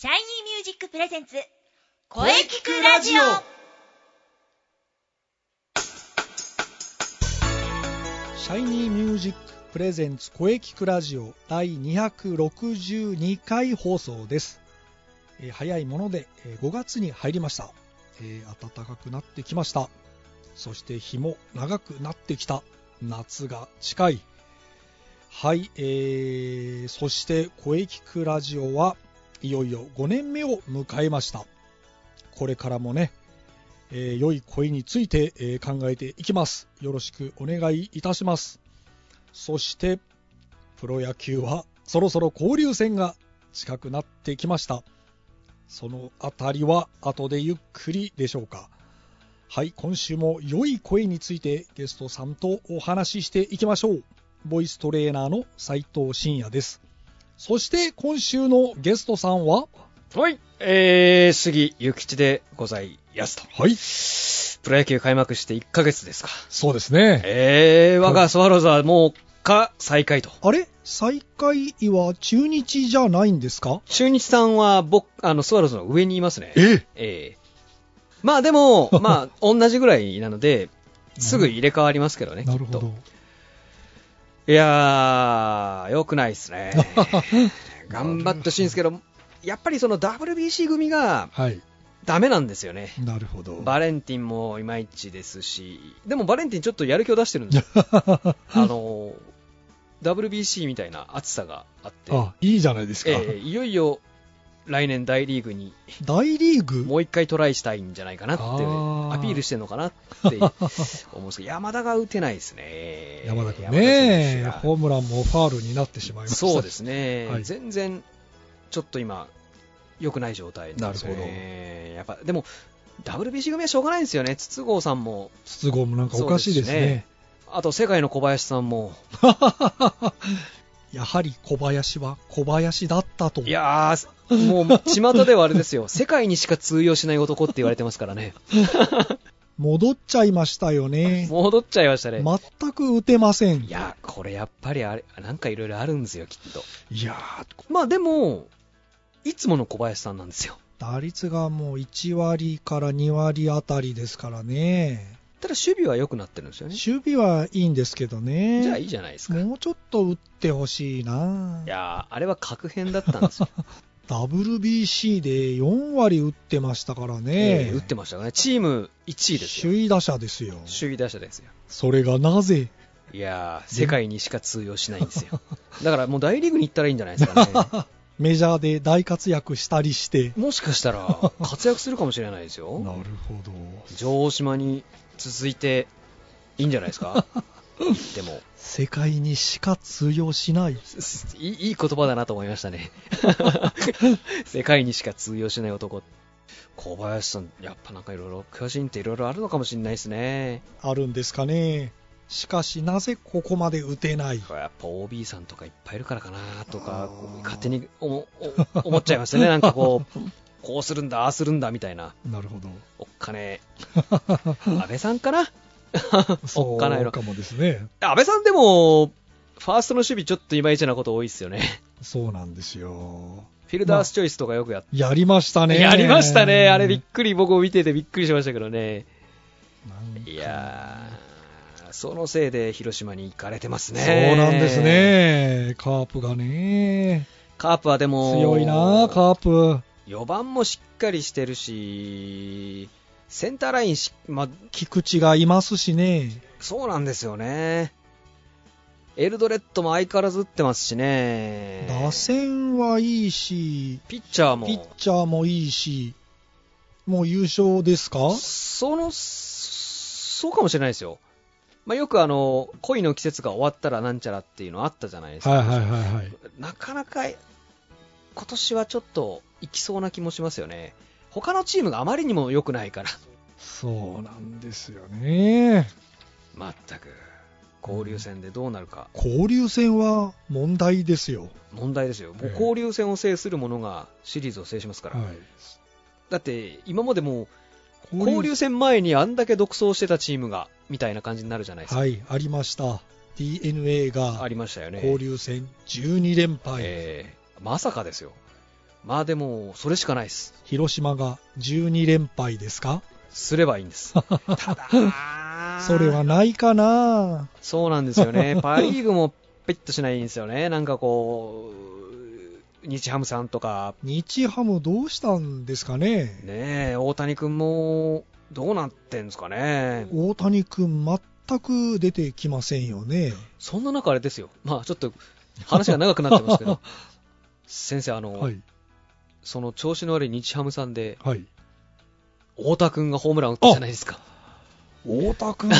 シャイニーミュージックプレゼンツ声聞くラジオ。 シャイニーミュージックプレゼンツ声聞くラジオ第262回放送です。早いもので5月に入りました。暖かくなってきました。そして日も長くなってきた。夏が近い。はい、そして声聞くラジオはいよいよ5年目を迎えました。これからもね、良い声について、考えていきます。よろしくお願いいたします。そしてプロ野球はそろそろ交流戦が近くなってきました。そのあたりは後でゆっくりでしょうか。はい、今週も良い声についてゲストさんとお話ししていきましょう。ボイストレーナーの斉藤真也です。そして今週のゲストさんは、 はい、杉ゆきちでございますと。 はい。 プロ野球開幕して1ヶ月ですか。 そうですね。 我がスワローズはもう再開と。 あれ、再開は中日じゃないんですか？ 中日さんはスワローズの上にいますね。まあでも同じぐらいなのですぐ入れ替わりますけどね。 なるほど。 いやー、良くないですね。頑張ってほしいんですけど、やっぱりその WBC 組がダメなんですよね。 なるほど。 バレンティンもいまいちですし、でもバレンティンちょっとやる気を出してるんですよ。WBC みたいな熱さがあって。 あ、いいじゃないですか。 いよいよ来年大リーグにもう一回トライしたいんじゃないかなってアピールしてるのかなって思うんですけど、山田が打てないですね。 山田君ね、ホームランもファウルになってしまいました。 そうですね、 はい、 全然ちょっと今良くない状態なんですよね。やっぱでも WBC 組はしょうがないんですよね。筒香さんもなんかおかしいですね。 あと世界の小林さんもやはり小林は小林だったと。 いやー、もう巷ではあれですよ、世界にしか通用しない男って言われてますからね。 戻っちゃいましたよね。 戻っちゃいましたね。 全く打てません。 いや、これやっぱりなんかいろいろあるんですよ、きっと。 いやまあでもいつもの小林さんなんですよ。 打率がもう1割から2割あたりですからね。 ただ守備は良くなってるんですよね。 守備はいいんですけどね。 じゃあいいじゃないですか。 もうちょっと打ってほしいな。 いやあれは確変だったんですよ。 WBC で4割打ってましたからね。 打ってましたからね。チーム1位ですよ。 首位打者ですよ。 首位打者ですよ。 それがなぜ？ いや世界にしか通用しないんですよ。だからもう大リーグに行ったらいいんじゃないですかね。 メジャーで大活躍したりして、 もしかしたら活躍するかもしれないですよ。 なるほど。 城島に続いていいんじゃないですか。でも世界にしか通用しない。 いい言葉だなと思いましたね。世界にしか通用しない男。小林さん、やっぱなんかいろいろ詳しいっていろいろあるのかもしれないですね。 あるんですかね。しかしなぜここまで打てない？ やっぱ OB さんとかいっぱいいるからかなとか勝手に思っちゃいましたね。なんかこうするんだああするんだみたいな。 なるほど。 おっかね安倍さんかな。 そうかもですね。 安倍さんでもファーストの守備ちょっといまいちなこと多いですよね。 そうなんですよ。 フィルダースチョイスとかよくやりましたね。 やりましたね。あれびっくり、僕も見ててびっくりしましたけどね。いやー、そのせいで広島に行かれてますね。 そうなんですね。カープがね。 カープはでも強いな、カープ。 4番もしっかりしてるし、センターライン菊池がいますしね。 そうなんですよね。エルドレッドも相変わらず打ってますしね。 打線はいいし、 ピッチャーもいいし、もう優勝ですか？ そうかもしれないですよ。よく恋の季節が終わったらなんちゃらっていうのあったじゃないですか。なかなか今年はちょっといきそうな気もしますよね。他のチームがあまりにも良くないから。 そうなんですよね。 まったく交流戦でどうなるか。 交流戦は問題ですよ。 問題ですよ。もう交流戦を制する者がシリーズを制しますから。だって今までも交流戦前にあんだけ独走してたチームがみたいな感じになるじゃないですか。 はい、ありました。DNA がありましたよね。 交流戦12連敗。 まさかですよ。 まあでも、それしかないです。 広島が12連敗ですか？ すればいいんです。ただそれはないかな。 そうなんですよね。パリーグもペッとしないんですよね。なんかこう、日ハムさんとか。 日ハムどうしたんですかね。 ねえ、大谷君もどうなってんですかね。 大谷君全く出てきませんよね。 そんな中あれですよ。まあちょっと話が長くなってますけど。先生、 はい、 その調子の悪い日ハムさんで、 はい、 太田君がホームラン打ったじゃないですか。 太田君ね、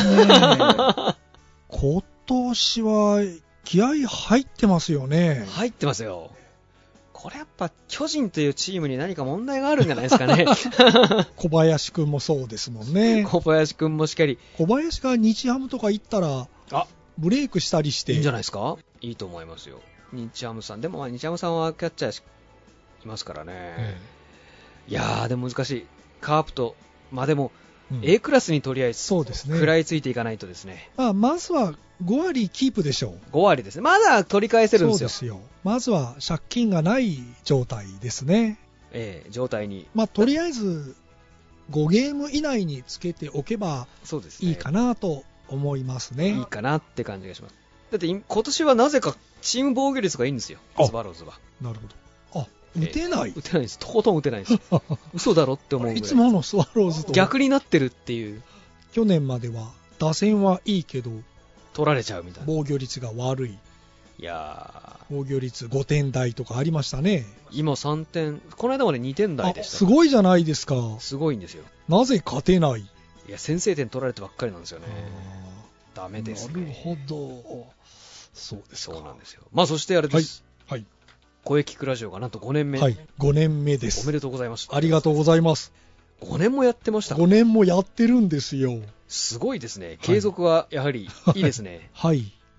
今年は気合入ってますよね。 入ってますよ。これやっぱ巨人というチームに何か問題があるんじゃないですかね。 小林君もそうですもんね。 小林君もしっかり。 小林が日ハムとか行ったらブレイクしたりしていいんじゃないですか。いいと思いますよ。日ハムさんでも、日ハムさんはキャッチャーいますからね、いやーでも難しい。カープと、まあでも、A クラスにとりあえずそうですね、 食らいついていかないとですね。 まずは5割キープでしょう。 5割ですね。まだ取り返せるんですよ。 そうですよ。まずは借金がない状態ですね。 状態に。 とりあえず5ゲーム以内につけておけばいいかなと思いますね。 いいかなって感じがします。だって今年はなぜかチーム防御率がいいんですよ、スワローズは。 なるほど。打てない、 打てないです。とことん打てないです。嘘だろって思うぐらい。 いつものスワローズと逆になってるっていう。 去年までは打線はいいけど取られちゃうみたいな。 防御率が悪い。 いや防御率5点台とかありましたね。 今3点、この間まで2点台でした。 すごいじゃないですか。 すごいんですよ。 なぜ勝てない？ いや、先制点取られてばっかりなんですよね。ダメですね。 なるほど。そうですか。 そうなんですよ。まあそしてあれです。 はい。 声聞くラジオがなんと5年目。 はい、5年目です。 おめでとうございます。 ありがとうございます。 5年もやってました。 5年もやってるんですよ。 すごいですね。継続はやはりいいですね。 はい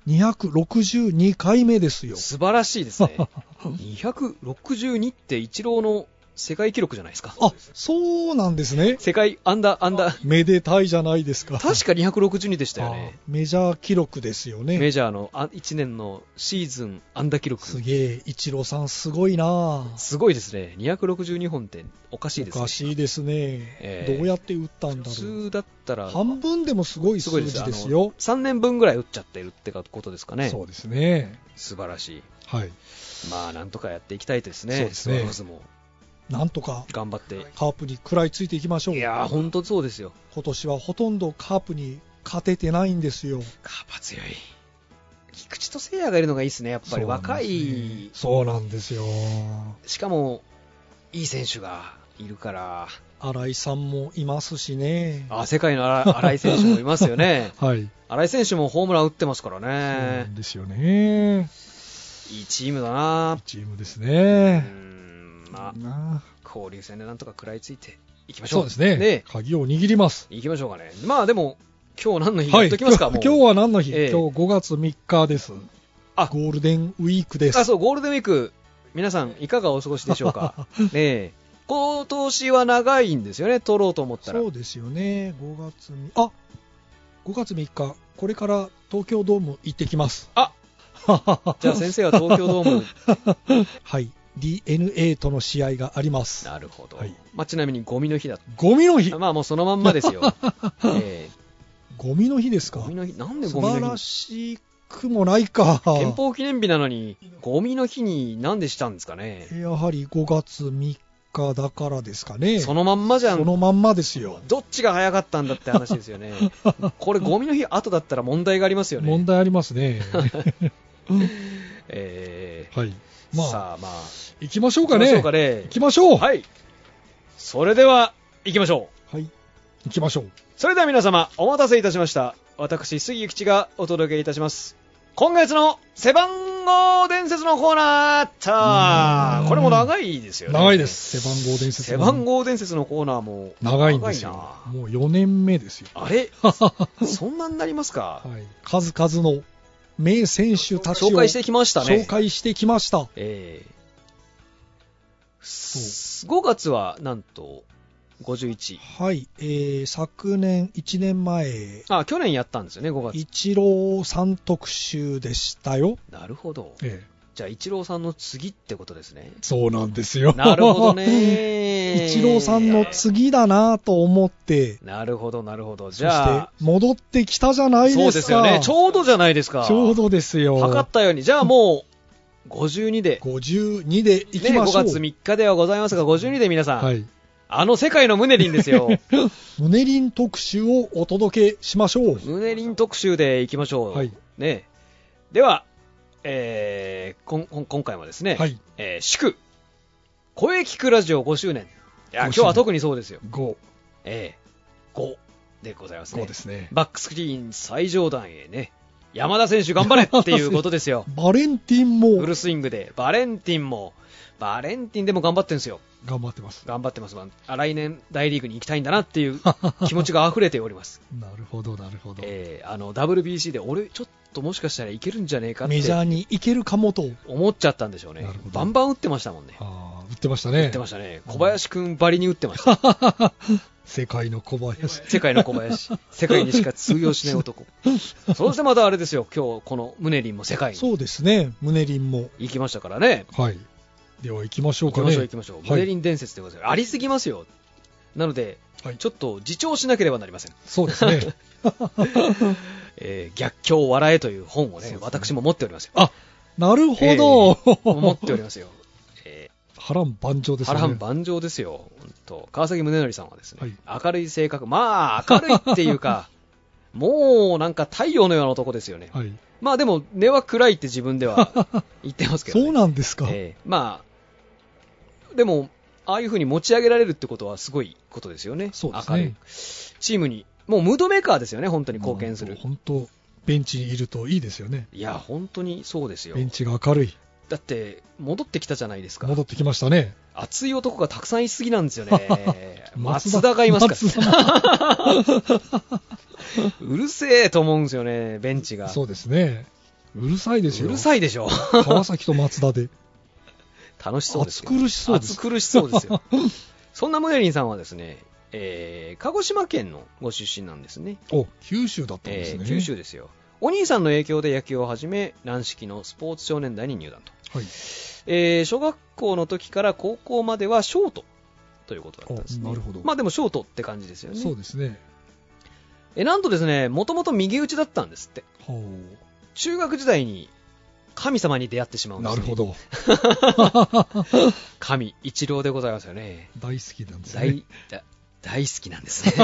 。262回目ですよ。 素晴らしいですね。262ってイチローの世界記録じゃないですか。 そうなんですね。 世界アンダー。 めでたいじゃないですか。 確か262でしたよね。 メジャー記録ですよね。 メジャーの1年のシーズンアンダー記録。 すげえ、イチローさんすごいな。 すごいですね。262本っておかしいですね。 おかしいですね。どうやって打ったんだろう。 普通だったら半分でもすごい数字ですよ。 3年分ぐらい打っちゃってるってことですかね。 そうですね。 素晴らしい。 はい。 まあなんとかやっていきたいですね。 そうですね。 スワローズもなんとか頑張ってカープに食らいついていきましょう。 いやー本当そうですよ。 今年はほとんどカープに勝ててないんですよ。 カープは強い。菊池と聖也がいるのがいいですね。やっぱり若い。 そうなんですよ。 しかもいい選手がいるから。 新井さんもいますしね。 世界の新井選手もいますよね。 はい。 新井選手もホームラン打ってますからね。そうなんですよね。 いいチームだな。 いいチームですね。 交流戦でなんとか食らいついていきましょう。 そうですね。鍵を握ります。 いきましょうかね。まあでも今日何の日やっときますか。 今日は何の日、今日5月3日です。ゴールデンウィークです。 そう、ゴールデンウィーク。皆さんいかがお過ごしでしょうか。ねえ。今年は長いんですよね、取ろうと思ったら。 そうですよね。5月3日、これから東京ドーム行ってきます。 じゃあ先生は東京ドーム。 はい。DNA との試合があります。 なるほど。ちなみにゴミの日だ。 ゴミの日。 もうそのまんまですよ。 ゴミの日ですか。 ゴミの日。なんでゴミの日。 素晴らしくもないか。 憲法記念日なのにゴミの日になんでしたんですかね。 やはり5月3日だからですかね。 そのまんまじゃん。 そのまんまですよ。 どっちが早かったんだって話ですよね。これゴミの日後だったら問題がありますよね。 問題ありますね。はい。 さあ行きましょうかね。行きましょう。 はい。それでは行きましょう。はい。行きましょう。 それでは皆様お待たせいたしました。私杉ゆきちがお届けいたします。今月の背番号伝説のコーナー。これも長いですよね。 長いです。背番号伝説。 背番号伝説のコーナーも長いんですよ。もう4年目ですよ。 あれそんなになりますか。 はい。数々の名選手たちを紹介してきましたね。 紹介してきました。 5月はなんと51。 はい。昨年1年前。 去年やったんですよね、5月。 イチローさん特集でしたよ。 なるほど。 じゃあイチローさんの次ってことですね。 そうなんですよ。 なるほどね。 イチローさんの次だなと思って。 なるほどなるほど。 じゃあ戻ってきたじゃないですか。 そうですよね。ちょうどじゃないですか。 ちょうどですよ。 測ったように。じゃあもう52で 52でいきましょう。 ね、5月3日ではございますが52で皆さん、 はい、 世界のムネリンですよ。 ムネリン特集をお届けしましょう。 ムネリン特集でいきましょう。 はい、 ね。では、今回もですね、 はい、 祝声聞くラジオ5周年。いや今日は特にそうですよ。 5、 5でございますね。 5ですね。 バックスクリーン最上段へね、山田選手頑張れっていうことですよ。 バレンティンもフルスイングでバレンティンでも頑張ってるんですよ。 頑張ってます。 来年大リーグに行きたいんだなっていう気持ちが溢れております。 なるほどなるほど。 WBC で俺ちょっともしかしたらいけるんじゃねえかってメジャーに行けるかもと思っちゃったんでしょうね。バンバン打ってましたもんね。 打ってましたね。 小林くんばりに打ってました。 世界の小林。 世界にしか通用しない男。そしてまたあれですよ、今日このムネリンも世界に。 そうですね、ムネリンも行きましたからね。 はい。では行きましょうかね。 行きましょう。ムネリン伝説でございます。ありすぎますよ。なので、ちょっと自重しなければなりません。 そうですね。 逆境笑えという本をね、私も持っておりますよ。 あ、なるほど。 持っておりますよ。 波乱万丈ですね。 波乱万丈ですよ。川崎宗則さんはですね、明るい性格、まあ明るいっていうか、もうなんか太陽のような男ですよね。まあでも根は暗いって自分では言ってますけど、ね、 そうなんですか。 まあでもああいう風に持ち上げられるってことはすごいことですよね。 そうですね。 明るいチームにもうムードメーカーですよね。本当に貢献する。 本当ベンチにいるといいですよね。 いや本当にそうですよ。 ベンチが明るい。 だって戻ってきたじゃないですか。 戻ってきましたね。 熱い男がたくさんいすぎなんですよね。松田がいますからうるせえと思うんですよね、ベンチが。 そうですね。うるさいですよ。 うるさいでしょ。 川崎と松田で楽しそうですよ。 暑苦しそうです。 暑苦しそうですよ。そんなムネリンさんはですね、鹿児島県のご出身なんですね。 九州だったんですね。 九州ですよ。お兄さんの影響で野球を始め、軟式のスポーツ少年団に入団と。小学校の時から高校まではショートということだったんですね。 なるほど。 まあでもショートって感じですよね。 そうですね。 なんとですね、もともと右打ちだったんですって。中学時代に神様に出会ってしまうんです、ね。なるほど。神、イチローでございますよね。 大好きなんですね。 大好きなんですね。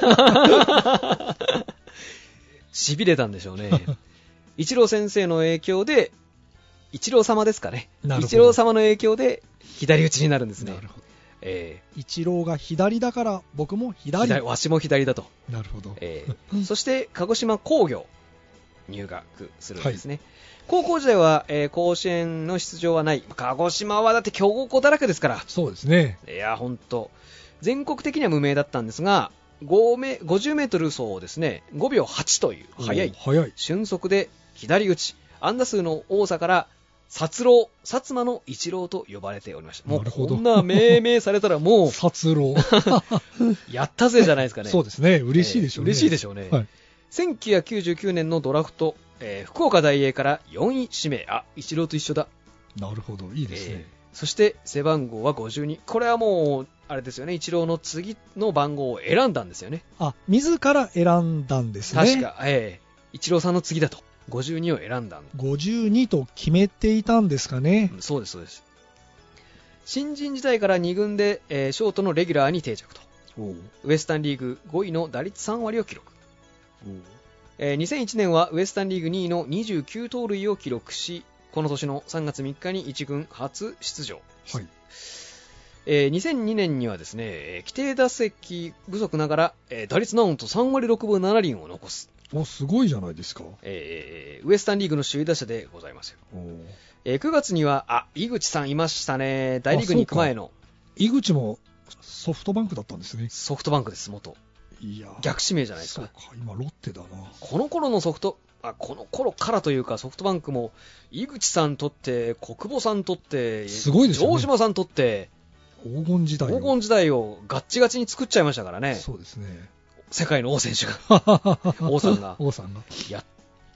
痺れたんでしょうね。イチロー先生の影響で、イチロー様ですかね。イチロー様の影響で左打ちになるんですね。なるほど。 イチローが左だから僕も左。 わしも左だと。 なるほど。 そして鹿児島工業入学するんですね。高校時代は、甲子園の出場はない。鹿児島はだって強豪校だらけですから。 そうですね。 いや本当全国的には無名だったんですが、50メートル走をですね、5秒8という速い俊足で左打ち、安打数の多さから薩摩のイチローと呼ばれておりました。もうこんな命名されたらもう薩郎やったぜじゃないですかね。 そうですね。嬉しいでしょうね。 嬉しいでしょうね。1999年のドラフト、福岡ダイエーから4位指名。イチローと一緒だ。 なるほど、いいですね。 そして背番号は52。これはもうあれですよね、イチローの次の番号を選んだんですよね。 自ら選んだんですね。 確か、イチローさんの次だと52を選んだ。52 と決めていたんですかね。 そうです、そうです。新人時代から2軍で、ショートのレギュラーに定着と。ウエスタンリーグ5位の打率3割を記録。2001年はウエスタンリーグ2位の29盗塁を記録し、この年の3月3日に1軍初出場。2002年にはですね、規定打席不足ながら、打率なんと3割6分7厘を残す。 すごいじゃないですか。 ウエスタンリーグの首位打者でございますよ。9月には井口さんいましたね。大リーグに行く前の。 井口もソフトバンクだったんですね。 ソフトバンクです、元。いや逆指名じゃないですか。 そうか、今ロッテだな。 この頃からというか、ソフトバンクも井口さんとって小久保さんとってすごいですよね。 城島さんとって黄金時代をガッチガチに作っちゃいましたからね。 そうですね。 世界の王選手が王さんが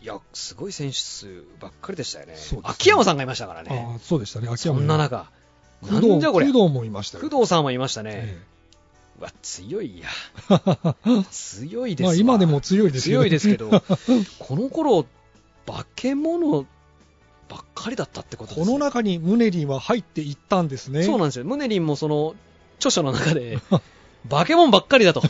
いや、すごい選手数ばっかりでしたよね。 そうですね、 秋山さんがいましたからね。 そうでしたね、秋山。 そんな中、 工藤もいましたよ。 工藤さんもいましたね。うわ、強いや。強いですわ。 まあ今でも強いですけど。 強いですけど、この頃、化け物ばっかりだったってことですね。 この中にムネリンは入っていったんですね。 そうなんですよ。ムネリンもその著書の中で化け物ばっかりだと。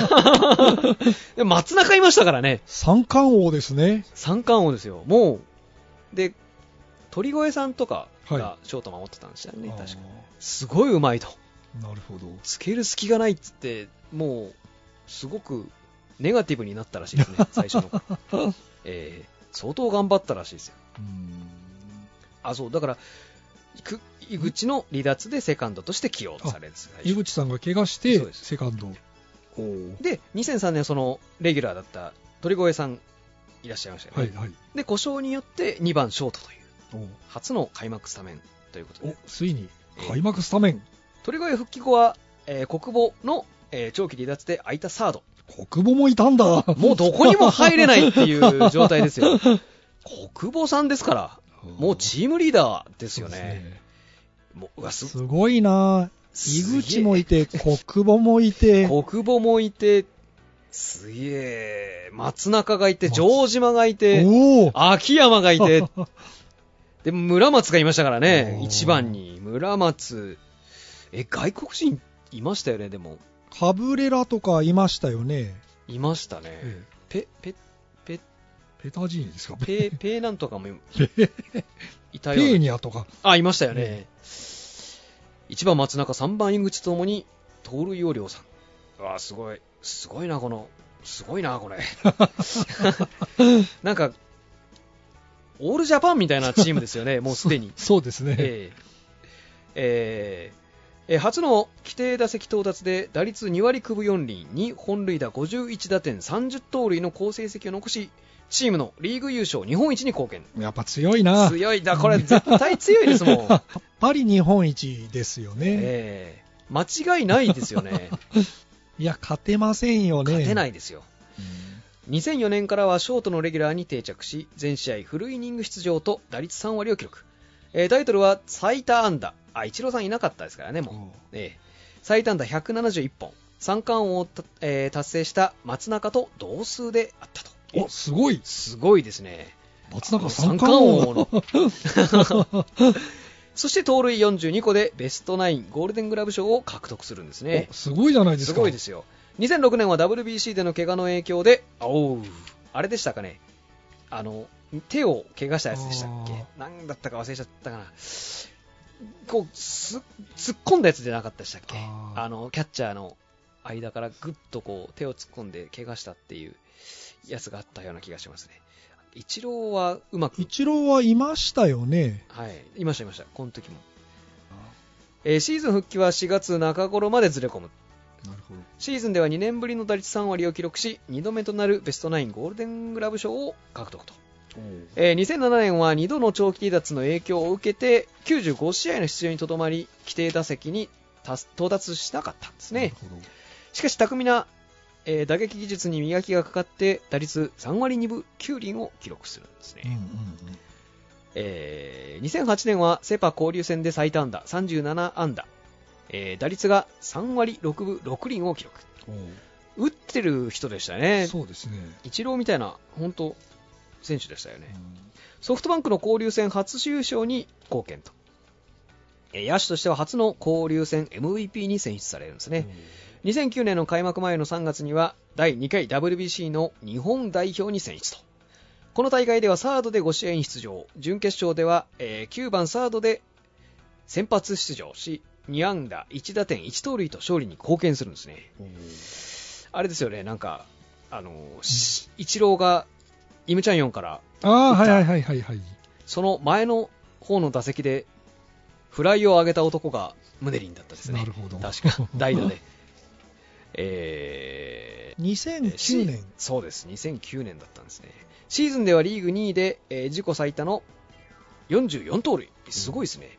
松中いましたからね。 三冠王ですね。 三冠王ですよ。もうで鳥越さんとかがショート守ってたんですよね。確かすごい上手いと。 なるほど。 つける隙がないっつってもうすごくネガティブになったらしいですね。最初の、相当頑張ったらしいですよ。そうだから井口の離脱でセカンドとして起用されるんです。 井口さんが怪我してセカンドで2003年そのレギュラーだった鳥越さんいらっしゃいましたよね。で故障によって2番ショートという初の開幕スタメンということで、 ついに開幕スタメン。 鳥越復帰後は、国母の、長期離脱で空いたサード。 国母もいたんだ。 もうどこにも入れないっていう状態ですよ。国母さんですからもうチームリーダーですよね。もうすごいな。井口もいて国母もいてすげえ松中がいて城島がいて秋山がいてで村松がいましたからね。1番に村松。外国人いましたよね。でもカブレラとかいましたよね。 いましたね。ペタジーニですか。 ペなんとかもいたよ。 ペーニャとかいましたよね。1番松中、3番井口ともに盗塁を量産。すごいなこれなんかオールジャパンみたいなチームですよね。もうすでにそうですね。 初の規定打席到達で打率2割9分4厘2本塁打51打点30盗塁の好成績を残し、チームのリーグ優勝日本一に貢献。 やっぱ強いな。 強いだ、これ絶対強いですもん。やっぱり日本一ですよね。 間違いないですよね。 いや勝てませんよね。 勝てないですよ。2004年からはショートのレギュラーに定着し、全試合フルイニング出場と打率3割を記録。タイトルは最多安打。イチローさんいなかったですからね、もう。最多安打171本。三冠王を、達成した松中と同数であったと。 すごい。 すごいですね。 松中三冠王の。 そして盗塁42個でベストナインゴールデングラブ賞を獲得するんですね。 すごいじゃないですか。 すごいですよ。2006年は WBC での怪我の影響で、あれでしたかね。手を怪我したやつでしたっけ。何だったか忘れちゃったかな。こう突っ込んだやつじゃなかったでしたっけ。キャッチャーの間からグッとこう手を突っ込んで怪我したっていうやつがあったような気がしますね。イチローはうまく。 イチローはいましたよね。 いました。この時も。シーズン復帰は4月中頃までずれ込む。 なるほど。 シーズンでは2年ぶりの打率3割を記録し、2度目となるベストナインゴールデングラブ賞を獲得と。2007年は2度の長期離脱の影響を受けて95試合の出場にとどまり、規定打席に到達しなかったんですね。しかし巧みな、打撃技術に磨きがかかって打率3割2分9厘を記録するんですね。2008年はセ・パ交流戦で最多安打37安打、打率が3割6分6厘を記録。打ってる人でしたね。 そうですね。 イチローみたいな本当選手でしたよね。ソフトバンクの交流戦初優勝に貢献と。野手としては初の交流戦 MVP に選出されるんですね。2009年の開幕前の3月には第2回 WBC の日本代表に選出と。この大会ではサードで5試合に出場、準決勝では、9番サードで先発出場し、2安打1打点1盗塁と勝利に貢献するんですね。あれですよね、なんかイチローがイムチャンヨンからその前の方の打席でフライを上げた男がムネリンだったですね。 なるほど。 確か代打で。 2009年。 そうです。2009年だったんですね。シーズンではリーグ2位で、自己最多の44盗塁。すごいですね。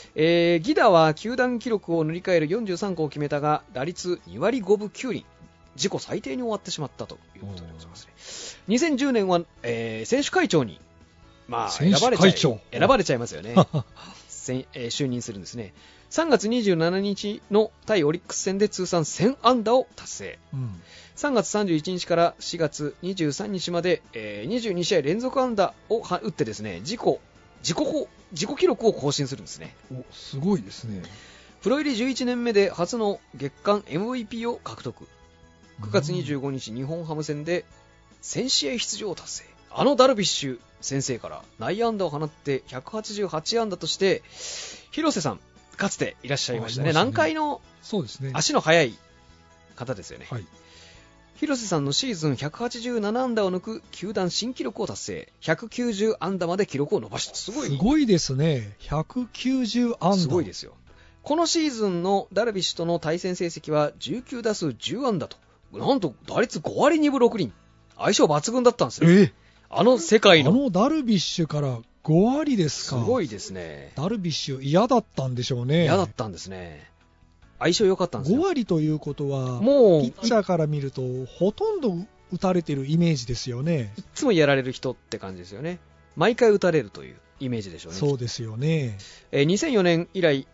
ギダは球団記録を塗り替える43個を決めたが、打率2割5分9厘。 自己最低に終わってしまったということでございますね。2010年は、選手会長に、選ばれちゃいますよね。就任するんですね。3月27日の対オリックス戦で通算1000安打を達成。3月31日から4月23日まで、22試合連続安打を打ってですね、自己記録を更新するんですね。 すごいですね。 プロ入り11年目で初の月間 MVP を獲得。9月25日日本ハム戦で1000試合出場を達成。ダルビッシュ先生から内野安打を放って188安打として、広瀬さんかつていらっしゃいましたね。南海の足の速い方ですよね。はい、広瀬さんのシーズン187安打を抜く球団新記録を達成。190安打まで記録を伸ばした。すごいですね。190安打。 すごいですよ。このシーズンのダルビッシュとの対戦成績は19打数10安打と、なんと打率5割2分6厘。相性抜群だったんですよ。世界のダルビッシュから5割ですか。 すごいですね。 ダルビッシュ嫌だったんでしょうね。 嫌だったんですね。相性良かったんですよ。 5割ということはもうピッチャーから見るとほとんど打たれてるイメージですよね。 いつもやられる人って感じですよね。毎回打たれるというイメージでしょうね。 そうですよね。 2004年以来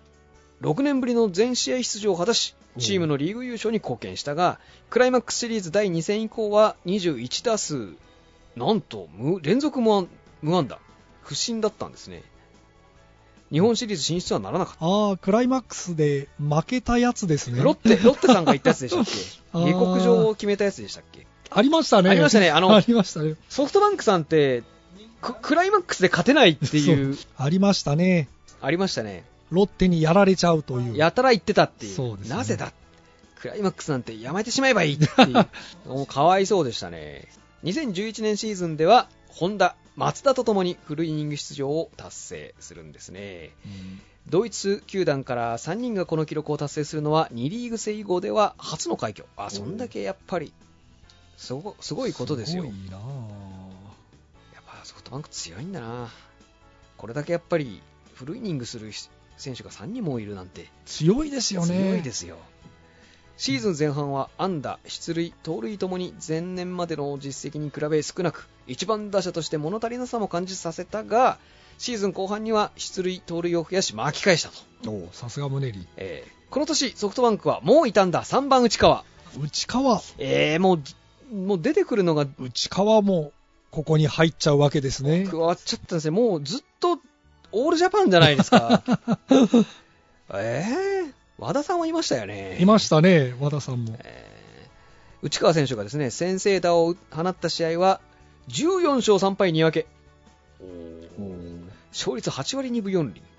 6年ぶりの全試合出場を果たし、チームのリーグ優勝に貢献したが、クライマックスシリーズ第2戦以降は21打数なんと連続無安打、不振だったんですね。日本シリーズ進出はならなかった。 クライマックスで負けたやつですね。 ロッテさんが言ったやつでしたっけ？下克上を決めたやつでしたっけ？ ありましたね。 ありましたね。 ありましたね。 ソフトバンクさんってクライマックスで勝てないっていう。 ありましたね。 ありましたね。 ロッテにやられちゃうという。 やたら言ってたっていう。 そうですね。 なぜだ？クライマックスなんてやめてしまえばいいっていう。もうかわいそうでしたね。2011年シーズンではホンダ、松田とともにフルイニング出場を達成するんですね。ドイツ球団から3人がこの記録を達成するのは2リーグ制以降では初の快挙。そんだけやっぱりすごいことですよ。 すごいな。 やっぱソフトバンク強いんだな。これだけやっぱりフルイニングする選手が3人もいるなんて強いですよね。 強いですよ。シーズン前半は安打、出塁、盗塁ともに前年までの実績に比べ少なく、一番打者として物足りなさも感じさせたが、シーズン後半には出塁、盗塁を増やし巻き返したと。 さすがムネリ。 この年ソフトバンクはもういたんだ。3番内川。もう出てくるのが内川もここに入っちゃうわけですね。 加わっちゃったんですね。もうずっとオールジャパンじゃないですか。和田さんはいましたよね。 いましたね、和田さんも。 内川選手がですね、先制打を放った試合は14勝3敗2分け。勝率8割2分4厘。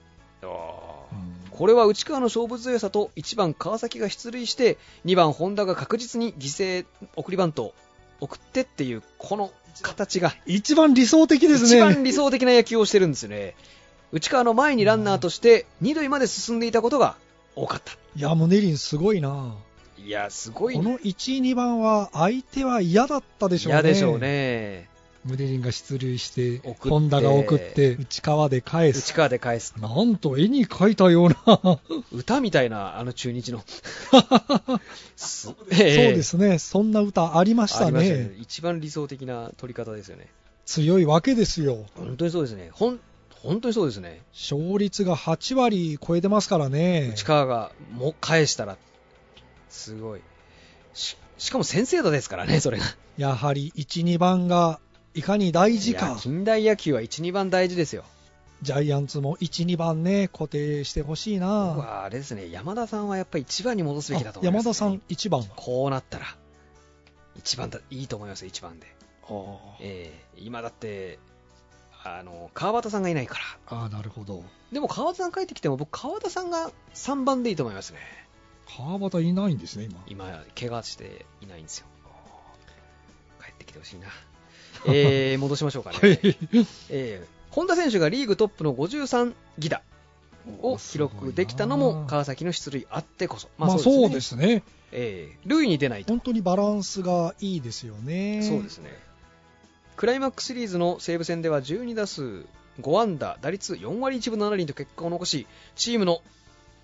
これは内川の勝負強さと1番川崎が出塁して2番本田が確実に犠牲送りバントを送ってっていうこの形が一番理想的ですね。 一番理想的な野球をしてるんですよね。内川の前にランナーとして2塁まで進んでいたことが多かった。 いや、ムネリンすごいな。 いや、すごい。 この1、2番は相手は嫌だったでしょうね。 嫌でしょうね。 ムネリンが出塁して本田が送って内川で返す。なんと絵に描いたような歌みたいな、中日のそうですね。そんな歌ありましたね。 一番理想的な取り方ですよね。 強いわけですよ。 本当にそうですね。本当にそうですね。 勝率が8割超えてますからね。 内川がもう返したらすごい。しかも先制打ですからね、それが。 やはり1、2番がいかに大事か。 近代野球は1、2番大事ですよ。 ジャイアンツも1、2番ね、固定してほしいな。 僕はあれですね、山田さんはやっぱり1番に戻すべきだと思います、ね。 山田さん1番。 こうなったら1番いいと思いますよ、1番で。今だって川端さんがいないから。 なるほど。 でも川端さん帰ってきても僕川端さんが3番でいいと思いますね。 川端いないんですね、 今怪我していないんですよ。帰ってきてほしいな。戻しましょうかね。本田選手がリーグトップの53犠打を記録できたのも川崎の出塁あってこそ。 そうですね。 塁に出ないと本当にバランスがいいですよね。 そうですね。クライマックスシリーズの西武戦では12打数5安打打率4割1分7厘と結果を残し、チームの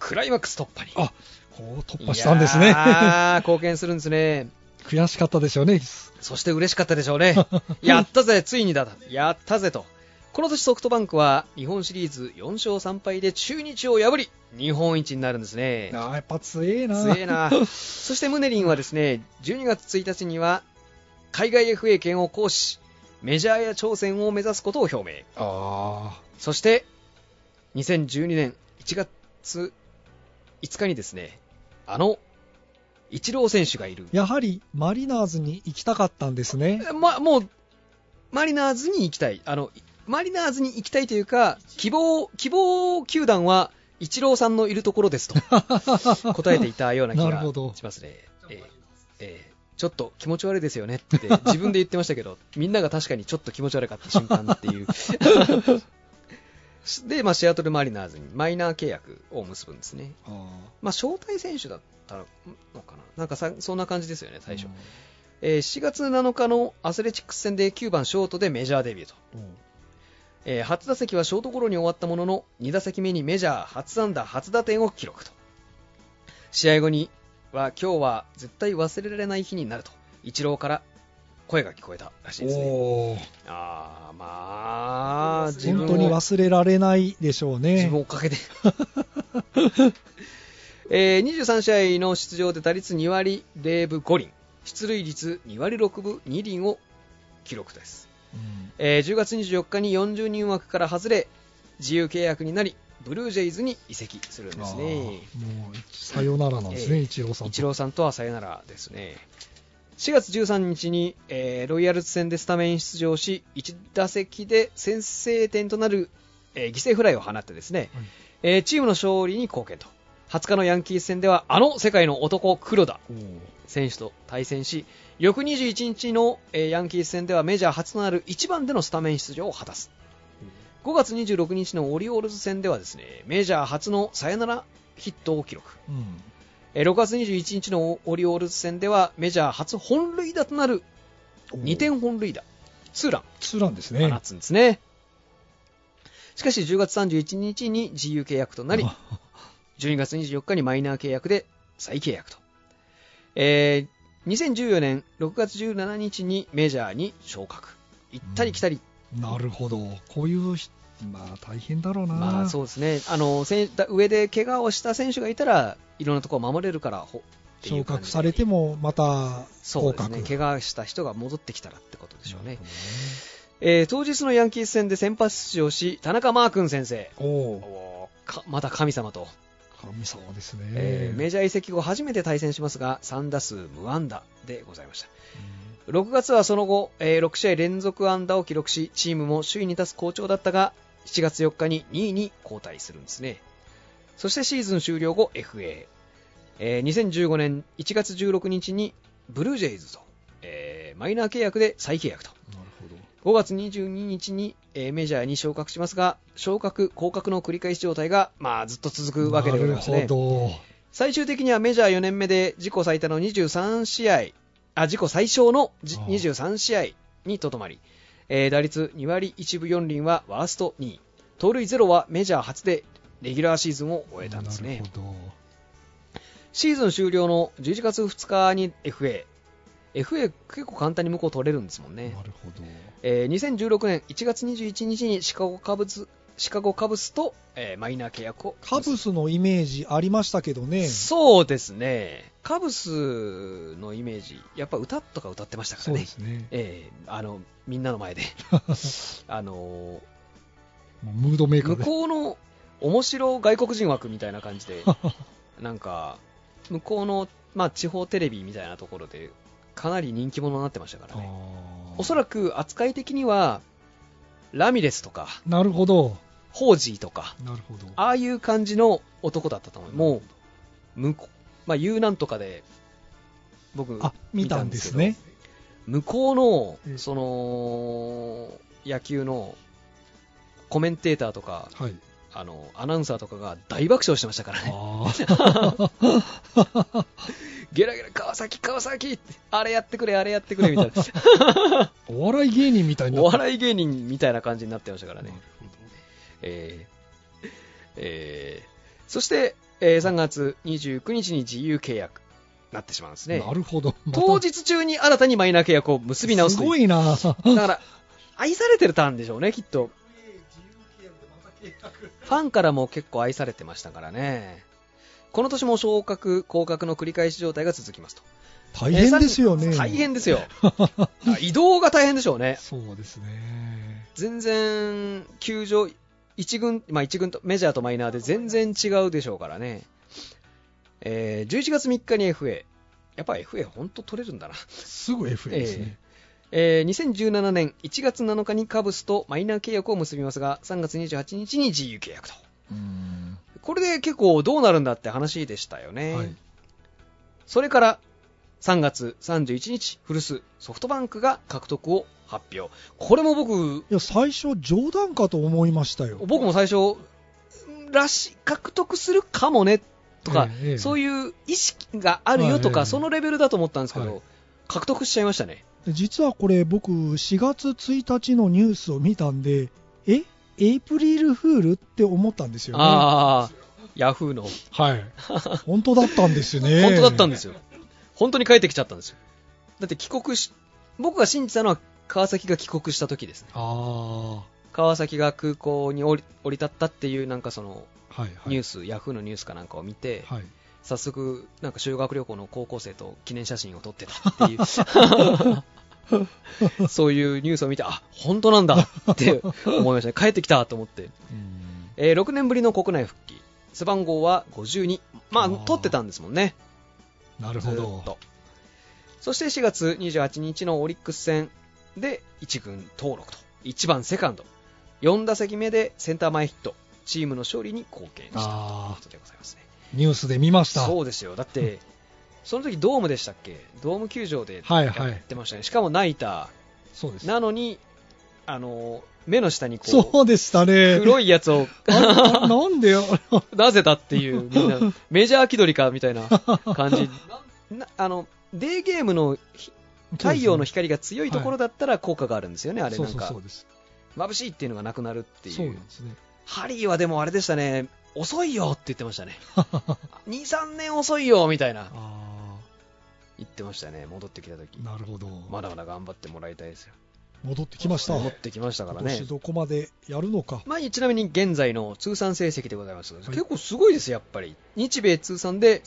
クライマックス突破に。 あ、こう突破したんですね。 貢献するんですね。 悔しかったでしょうね。 そして嬉しかったでしょうね。やったぜ、ついにだ。やったぜと。この年ソフトバンクは日本シリーズ4勝3敗で中日を破り日本一になるんですね。 やっぱ強えな。 強えな。そしてムネリンはですね、12月1日には海外 FA 権を行使、メジャーや挑戦を目指すことを表明。そして2012年1月5日にですね、イチロー選手がいる。 やはりマリナーズに行きたかったんですね。 もうマリナーズに行きたい。マリナーズに行きたいというか、希望球団はイチローさんのいるところですと答えていたような気がしますね。ちょっと気持ち悪いですよねって自分で言ってましたけど、みんなが確かにちょっと気持ち悪かった瞬間っていうで、シアトルマリナーズにマイナー契約を結ぶんですね。招待選手だったのかな、なんかそんな感じですよね、最初。7月7日のアスレチックス戦で9番ショートでメジャーデビューと。初打席はショートゴロに終わったものの、2打席目にメジャー初安打初打点を記録と。試合後には今日は絶対忘れられない日になるとイチローから声が聞こえたらしいですね。 本当に忘れられないでしょうね。 自分を追っかけて23試合の出場で打率2割0分5厘、出塁率2割6分2厘を記録です。10月24日に40人枠から外れ自由契約になりブルージェイズに移籍するんですね。 もうさよならなんですね、イチローさんと。 イチローさんとはさよならですね。4月13日に、ロイヤルズ戦でスタメン出場し1打席で先制点となる、犠牲フライを放ってですね、チームの勝利に貢献と。20日のヤンキース戦では世界の男黒田選手と対戦し、翌21日のヤンキース戦ではメジャー初となる1番でのスタメン出場を果たす。5月26日のオリオールズ戦ではですね、メジャー初のサヨナラヒットを記録。6月21日のオリオールズ戦ではメジャー初本塁打となる2点本塁打、ツーランですね。 放つんですね。しかし10月31日に自由契約となり、12月24日にマイナー契約で再契約と。2014年6月17日にメジャーに昇格。行ったり来たり。 なるほど。こういう大変だろうな。 そうですね。上で怪我をした選手がいたらいろんなところを守れるから昇格されてもまた降格。そうですね。怪我した人が戻ってきたらってことでしょうね。当日のヤンキース戦で先発出場し、田中マー君先生。また神様と。 神様ですね。 メジャー移籍後初めて対戦しますが3打数無安打でございました。6月はその後、6試合連続安打を記録し、チームも首位に立つ好調だったが、7月4日に2位に後退するんですね。そしてシーズン終了後 FA、2015年1月16日にブルージェイズと、マイナー契約で再契約と。5月22日に、メジャーに昇格しますが、昇格降格の繰り返し状態が、ずっと続くわけでございますね。最終的にはメジャー4年目で自己最多の23試合自己最小の23試合にとどまり、打率2割1分4厘はワースト2位、盗塁0はメジャー初でレギュラーシーズンを終えたんですね。シーズン終了の11月2日に FA 結構簡単に向こう取れるんですもんね。 なるほど。 2016年1月21日にシカゴカブスと、マイナー契約を。 カブスのイメージありましたけどね。 そうですね。カブスのイメージ、やっぱ歌とか歌ってましたからね。 そうですね。 みんなの前でムードメーカーで。 向こうの面白外国人枠みたいな感じでなんか向こうの、地方テレビみたいなところでかなり人気者になってましたからね。おそらく扱い的にはラミレスとか、 なるほど、 ホージーとか、 なるほど、 ああいう感じの男だったと思う。もうUなんとかで僕見たんですけど、 ね、 向こうのその野球のコメンテーターとか、 はい、 アナウンサーとかが大爆笑してましたからね。ゲラゲラ川崎ってあれやってくれみたいなお笑い芸人みたいな、 お笑い芸人みたいな感じになってましたからね。そして 3月29日に自由契約なってしまうんですね。 なるほど。 当日中に新たにマイナー契約を結び直すという。 すごいな。 だから愛されてたんでしょうね、きっと。ファンからも結構愛されてましたからね。この年も昇格降格の繰り返し状態が続きますと。 大変ですよね。 大変ですよ。移動が大変でしょうね。 そうですね。 全然球場一軍とメジャーとマイナーで全然違うでしょうからね。11月3日に FA。やっぱり FA 本当取れるんだな。 すぐ FA ですね。 2017年1月7日にカブスとマイナー契約を結びますが、3月28日に自由契約と。これで結構どうなるんだって話でしたよね。はい、それから3月31日、古巣ソフトバンクが獲得を発表。これも僕、 最初冗談かと思いましたよ。 僕も最初獲得するかもねとか、そういう意識があるよとか、そのレベルだと思ったんですけど、獲得しちゃいましたね。 実はこれ僕4月1日のニュースを見たんで、エイプリルフールって思ったんですよね。 ヤフーの。 はい。本当だったんですよね。 本当だったんですよ。本当に帰ってきちゃったんですよ。だって僕が信じたのは川崎が帰国した時ですね。川崎が空港に降り立ったっていうなんかそのニュース、ヤフーのニュースかなんかを見て、早速なんか修学旅行の高校生と記念写真を撮ってたっていうそういうニュースを見て、本当なんだって思いましたね。帰ってきたと思って。6年ぶりの国内復帰。背番号は52。取ってたんですもんね。 なるほど。 そして4月28日のオリックス戦で1軍登録と。1番セカンド。4打席目でセンター前ヒット。チームの勝利に貢献したということでございますね。 ニュースで見ました。 そうですよ。だって、その時ドームでしたっけ？ドーム球場でやってましたね。しかもナイター。 そうです。 なのに、目の下にそうでしたね。 黒いやつをなんでなぜだっていう、みんなメジャー気取りかみたいな感じ。デーゲームの太陽の光が強いところだったら効果があるんですよね。あれなんか眩しいっていうのがなくなるっていう。 そうなんですね。 ハリーはでもあれでしたね。遅いよって言ってましたね。2、3年遅いよみたいな言ってましたね。戻ってきた時。 なるほど。 まだまだ頑張ってもらいたいですよ。 戻ってきました。 戻ってきましたからね。 今年どこまでやるのか。 ちなみに現在の通算成績でございます。結構すごいですやっぱり。日米通算で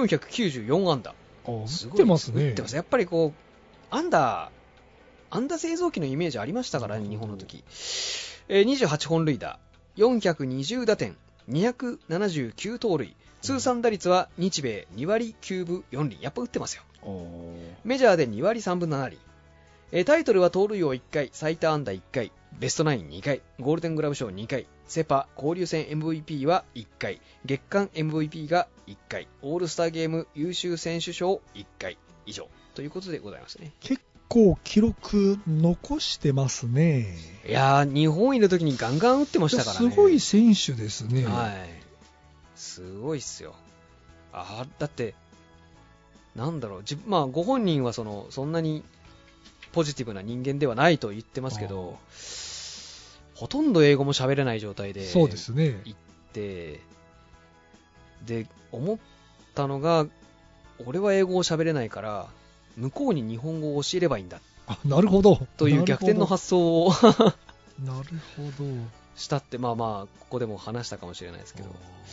1494安打。 打ってますね。 打ってます。やっぱりアンダー製造機のイメージありましたからね、日本の時。28本塁打、420打点、279盗塁、通算打率は日米2割9分4厘。やっぱ打ってますよ。メジャーで2割3分7厘。タイトルは盗塁王1回、最多安打1回、ベストナイン2回、ゴールデングラブ賞2回、セパ交流戦 MVP は1回、月間 MVP が1回、オールスターゲーム優秀選手賞1回以上ということでございますね。 結構記録残してますね。 いやー、日本いる時にガンガン打ってましたからね。 すごい選手ですね。 はい。すごいっすよ。だってなんだろう、ご本人はそんなにポジティブな人間ではないと言ってますけど、ほとんど英語も喋れない状態でそうですね。 行って、で思ったのが、俺は英語を喋れないから向こうに日本語を教えればいいんだ。 なるほど。 という逆転の発想をなるほどしたって、ここでも話したかもしれないですけ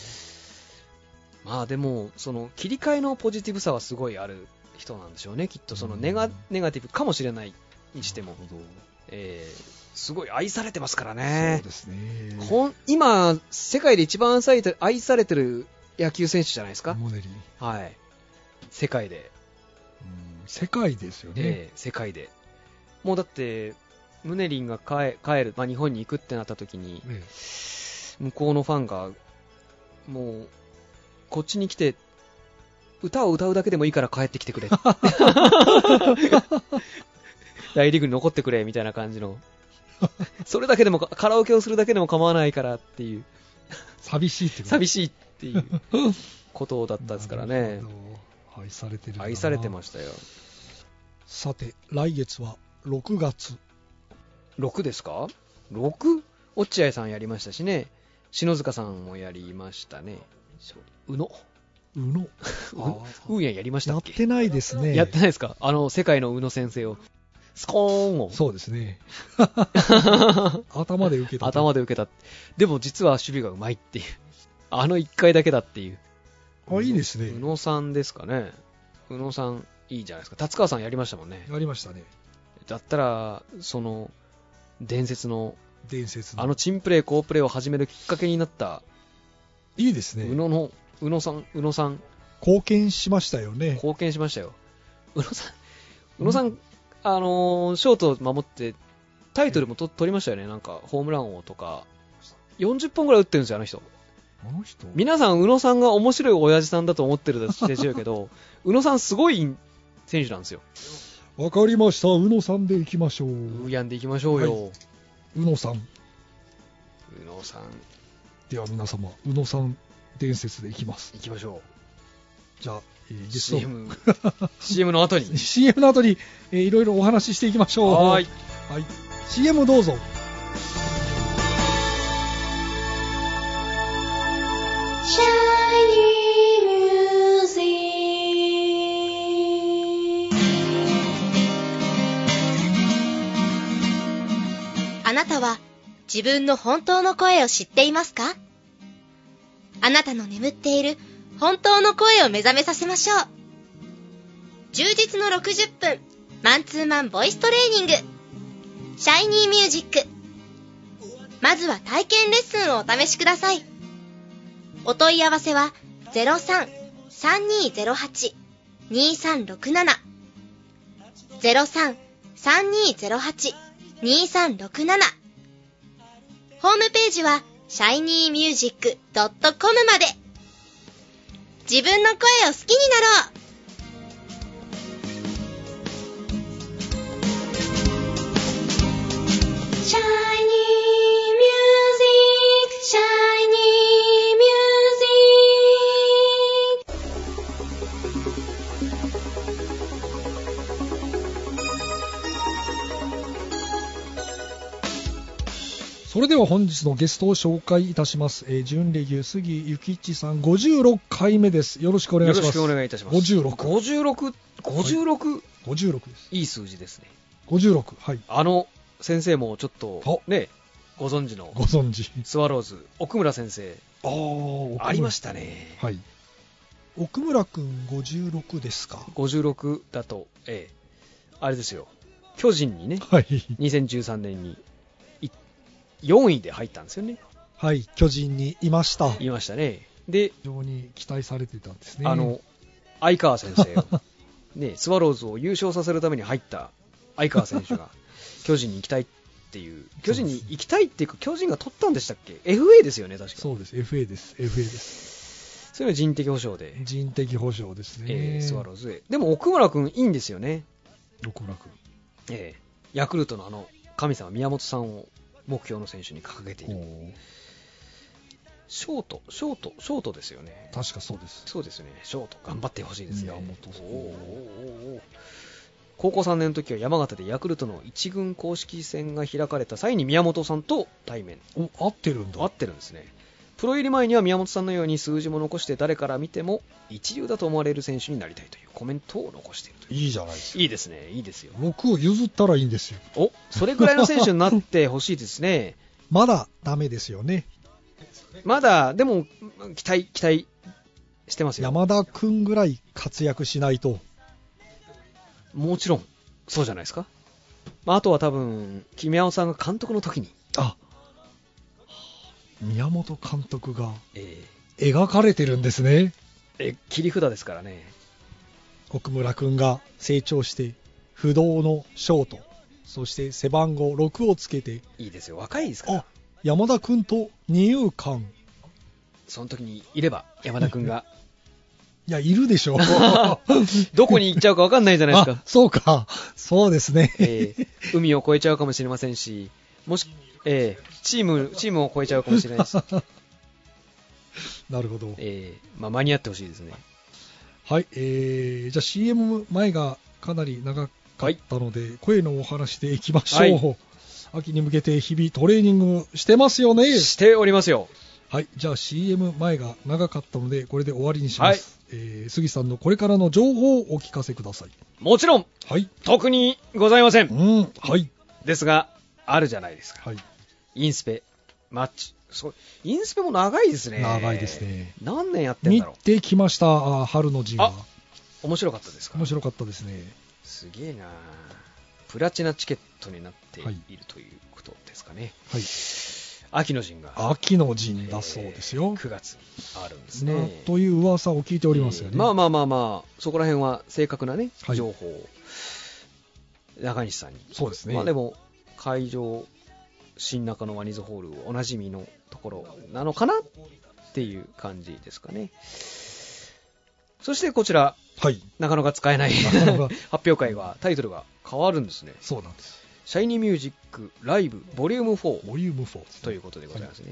ど、でもその切り替えのポジティブさはすごいある人なんでしょうね。きっとそのネガティブかもしれないにしても、すごい愛されてますからね。 そうですね。 今世界で一番愛されてる野球選手じゃないですか。 モネリー。はい。世界で。 世界ですよね。 世界で。もうだってムネリンが帰る、日本に行くってなった時に、向こうのファンがもうこっちに来て歌を歌うだけでもいいから帰ってきてくれ大リーグに残ってくれみたいな感じのそれだけでもカラオケをするだけでも構わないからっていう寂しいっていうことだったですからね。 愛されてる。 愛されてましたよ。 さて来月は6月。 6ですか。 6？ 落合さんやりましたしね、篠塚さんもやりましたね。 宇野。 宇野。 うんやりましたっけ？ やってないですね。 やってないですか？世界の宇野先生を。スコーンを。 そうですね。頭で受けた。 頭で受けた。でも実は守備がうまいっていう。1回だけだっていう。 いいですね。 宇野さんですかね。宇野さん、いいじゃないですか。達川さんやりましたもんね。 やりましたね。 だったら、伝説の、チンプレー、好プレーを始めるきっかけになった、 いいですね。 宇野さん。 貢献しましたよね。 貢献しましたよ。宇野さん、ショート守って、タイトルも取りましたよね。なんか、ホームラン王とか、40本ぐらい打ってるんですよ、あの人。皆さん、宇野さんが面白い親父さんだと思ってるでしょうけど、宇野さんすごい選手なんですよ。 わかりました。宇野さんでいきましょう。 ウヤンでいきましょうよ。 はい、宇野さん。では皆様、宇野さん伝説でいきます。 いきましょう。じゃあ、 CM の後に。 CM の後に、いろいろお話ししていきましょう。 はい。 CM どうぞ。 あなたは自分の本当の声を知っていますか？あなたの眠っている本当の声を目覚めさせましょう。充実の60分マンツーマンボイストレーニング、シャイニーミュージック。まずは体験レッスンをお試しください。お問い合わせは 03-3208-2367 03-3208-2367。ホームページは shinymusic.com まで。自分の声を好きになろう。Shiny music, shiny music。それでは本日のゲストを紹介いたします。準レギュ杉ゆきちさん56回目です。よろしくお願いします。 よろしくお願いいたします。56です。いい数字ですね。 56、はい。 先生もちょっとね、ご存知スワローズ奥村先生ありましたね。 はい。奥村くん56ですか。 56だと、あれですよ、巨人にね、 はい、 2013年に4位で入ったんですよね。 はい、巨人にいましたね。で、 非常に期待されてたんですね。 相川先生をね、スワローズを優勝させるために入った相川選手が巨人に行きたいっていう、巨人に行きたいっていうか、巨人が取ったんでしたっけ？ FA ですよね、確か。 そうです、FA です。 それは人的保障で。 人的保障ですね。 スワローズへ。でも奥村君いいんですよね。 奥村君。 ヤクルトの神様宮本さんを目標の選手に掲げている。ショートですよね。 確かそうです。 そうですね。ショート頑張ってほしいですね。 宮本さん。 高校3年の時は山形でヤクルトの1軍公式戦が開かれた際に宮本さんと対面。 合ってるんですね。プロ入り前には宮本さんのように数字も残して誰から見ても一流だと思われる選手になりたいというコメントを残しているという。 いいじゃないですか。 いいですね。いいですよ。 僕を譲ったらいいんですよ。 それぐらいの選手になってほしいですね。 まだダメですよね。 まだでも期待してますよ。 山田君ぐらい活躍しないと。 もちろんそうじゃないですか。あとは多分木宮尾さんが監督の時に宮本監督が描かれてるんですね。 切り札ですからね。 奥村君が成長して不動のショート、そして背番号6をつけて。 いいですよ、若いですから。 山田君と二遊間。 その時にいれば山田君がいや、いるでしょう。 どこに行っちゃうか分かんないじゃないですか。 そうか。そうですね。 海を越えちゃうかもしれませんし、もし、チームを越えちゃうかもしれないし。 なるほど。 間に合ってほしいですね。 はい。じゃあ CM 前がかなり長かったので、声のお話でいきましょう。秋に向けて日々トレーニングしてますよね。 しておりますよ。 はい、じゃあ CM 前が長かったのでこれで終わりにします。杉さんのこれからの情報をお聞かせください。 もちろん、 はい、 特にございません。 はい。 ですが、あるじゃないですか。 はい。 インスペ、マッチ。インスペも長いですね。 長いですね。 何年やってんだろう。 見てきました、春の陣は。 面白かったですか？ 面白かったですね。 すげえな。プラチナチケットになっているということですかね。 はい。 秋の陣が。 秋の陣だそうですよ。 9月にあるんですね。 という噂を聞いておりますよね。 まあ、そこら辺は正確なね、 はい、 情報を中西さんに。 そうですね。 まあでも、会場、新中野ワニズホールおなじみのところなのかなっていう感じですかね。そしてこちら、 はい、 なかなか使えない発表会はタイトルが変わるんですね。 そうなんです。 シャイニーミュージックライブボリューム4ということでございますね。はい、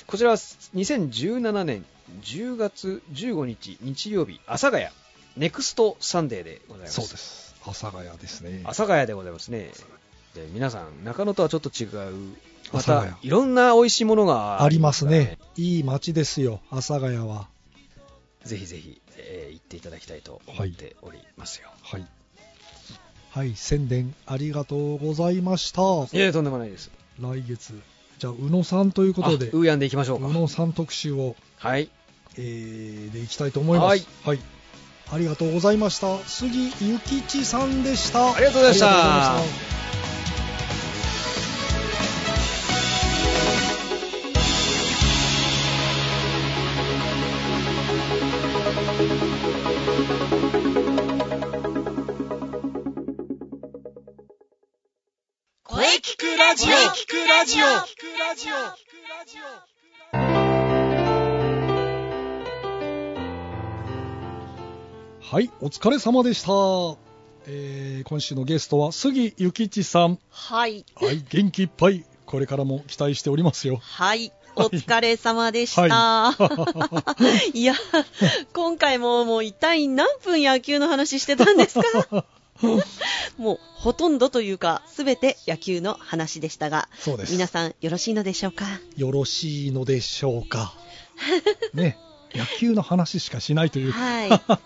こちらは2017年10月15日日曜日、阿佐ヶ谷ネクストサンデーでございます。 そうです。阿佐ヶ谷ですね。 阿佐ヶ谷でございますね。で皆さん、中野とはちょっと違う、またいろんな美味しいものがありますね。いい街ですよ、阿佐ヶ谷は。 ぜひぜひ、行っていただきたいと思っておりますよ。 はい、はい、宣伝ありがとうございました。 いや、とんでもないです。 来月、じゃあ宇野さんということで、 ウーヤンでいきましょうか。 宇野さん特集を、 はい、 でいきたいと思います。はい、はい、ありがとうございました。杉ゆきちさんでした。 ありがとうございました。 声聞くラジオ。 はい、お疲れ様でした。今週のゲストは杉ゆきちさん。 はい。 はい、元気いっぱい、これからも期待しておりますよ。 はい。お疲れ様でした。はい、いや、今回も一体何分野球の話してたんですか？もうほとんどというか全て野球の話でしたが、 そうです。 皆さんよろしいのでしょうか？ よろしいのでしょうか。ね、野球の話しかしないという。 はい。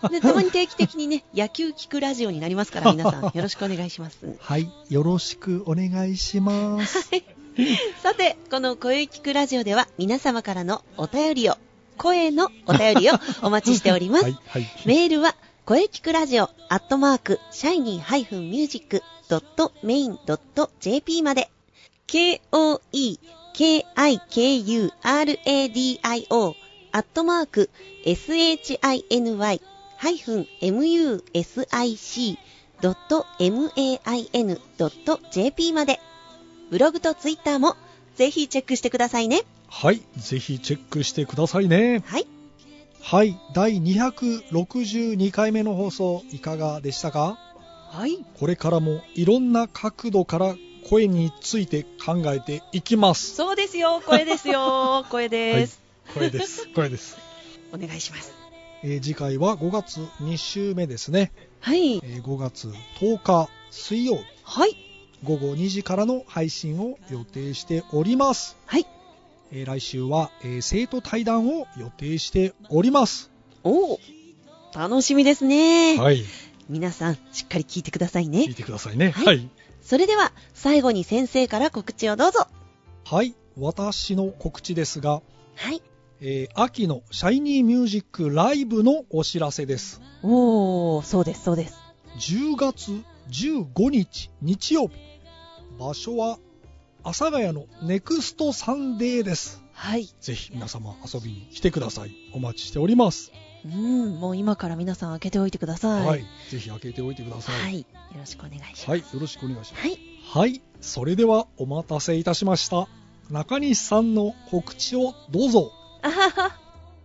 でたまに定期的にね、野球聞くラジオになりますから、皆さんよろしくお願いします。 はい、よろしくお願いします。 はい。さて、この声聞くラジオでは皆様からのお便りを、声のお便りをお待ちしております。 はいはい、 メールは声聞くラジオ@shiny-music.main.jp まで、KOEKIKURADIO shiny-music.main.jp まで、ブログとツイッターもぜひチェックしてくださいね。 はい、ぜひチェックしてくださいね。 はい。 はい、第262回目の放送いかがでしたか？ はい。 これからもいろんな角度から声について考えていきます。 そうですよ、声ですよ、声です。 はい、声です、声です。 お願いします。 次回は5月2週目ですね。 はい。 5月10日水曜日。 はい。 午後2時からの配信を予定しております。 はい。 来週は、生徒対談を予定しております。 おー、楽しみですね。 はい。 皆さんしっかり聞いてくださいね。 聞いてくださいね。 はい。はい、それでは最後に先生から告知をどうぞ。 はい、私の告知ですが、 はい。 秋のシャイニーミュージックライブのお知らせです。 おー、そうですそうです。 10月15日日曜日、場所は阿佐ヶ谷のネクストサンデーです。 はい。 ぜひ皆様遊びに来てください。お待ちしております。 もう今から皆さん開けておいてください。 はい。ぜひ開けておいてください。 はい。よろしくお願いします。 はい。よろしくお願いします。 はい。 はい。それではお待たせいたしました。中西さんの告知をどうぞ。 あはは。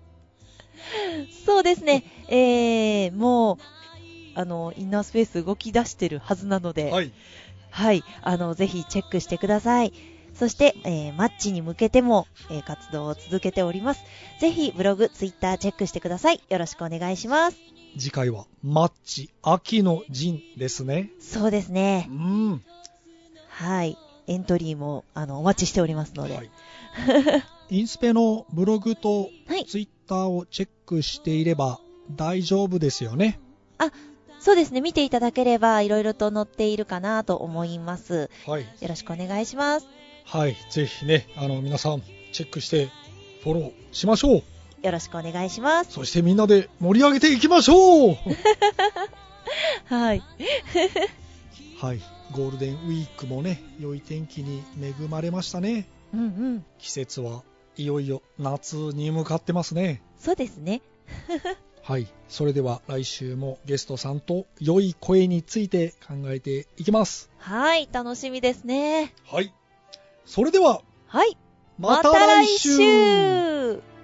そうですね。もう、インナースペース動き出してるはずなので、 はい。 はい、ぜひチェックしてください。そして、マッチに向けても、活動を続けております。ぜひブログ、ツイッターチェックしてください。よろしくお願いします。 次回はマッチ秋の陣ですね。 そうですね。 はい。 エントリーもお待ちしておりますので。はいインスペのブログとはいツイッターをチェックしていれば大丈夫ですよね。 そうですね。見ていただければ、いろいろと載っているかなと思います。 はい。 よろしくお願いします。 はい。ぜひね、皆さん、チェックしてフォローしましょう。 よろしくお願いします。 そしてみんなで盛り上げていきましょうはい。 はい。ゴールデンウィークもね、良い天気に恵まれましたね。 うんうん。 季節はいよいよ夏に向かってますね。 そうですね。 はい。それでは来週もゲストさんと良い声について考えていきます。 はい。楽しみですね。 はい。それでは、 はい。 また来週。 また来週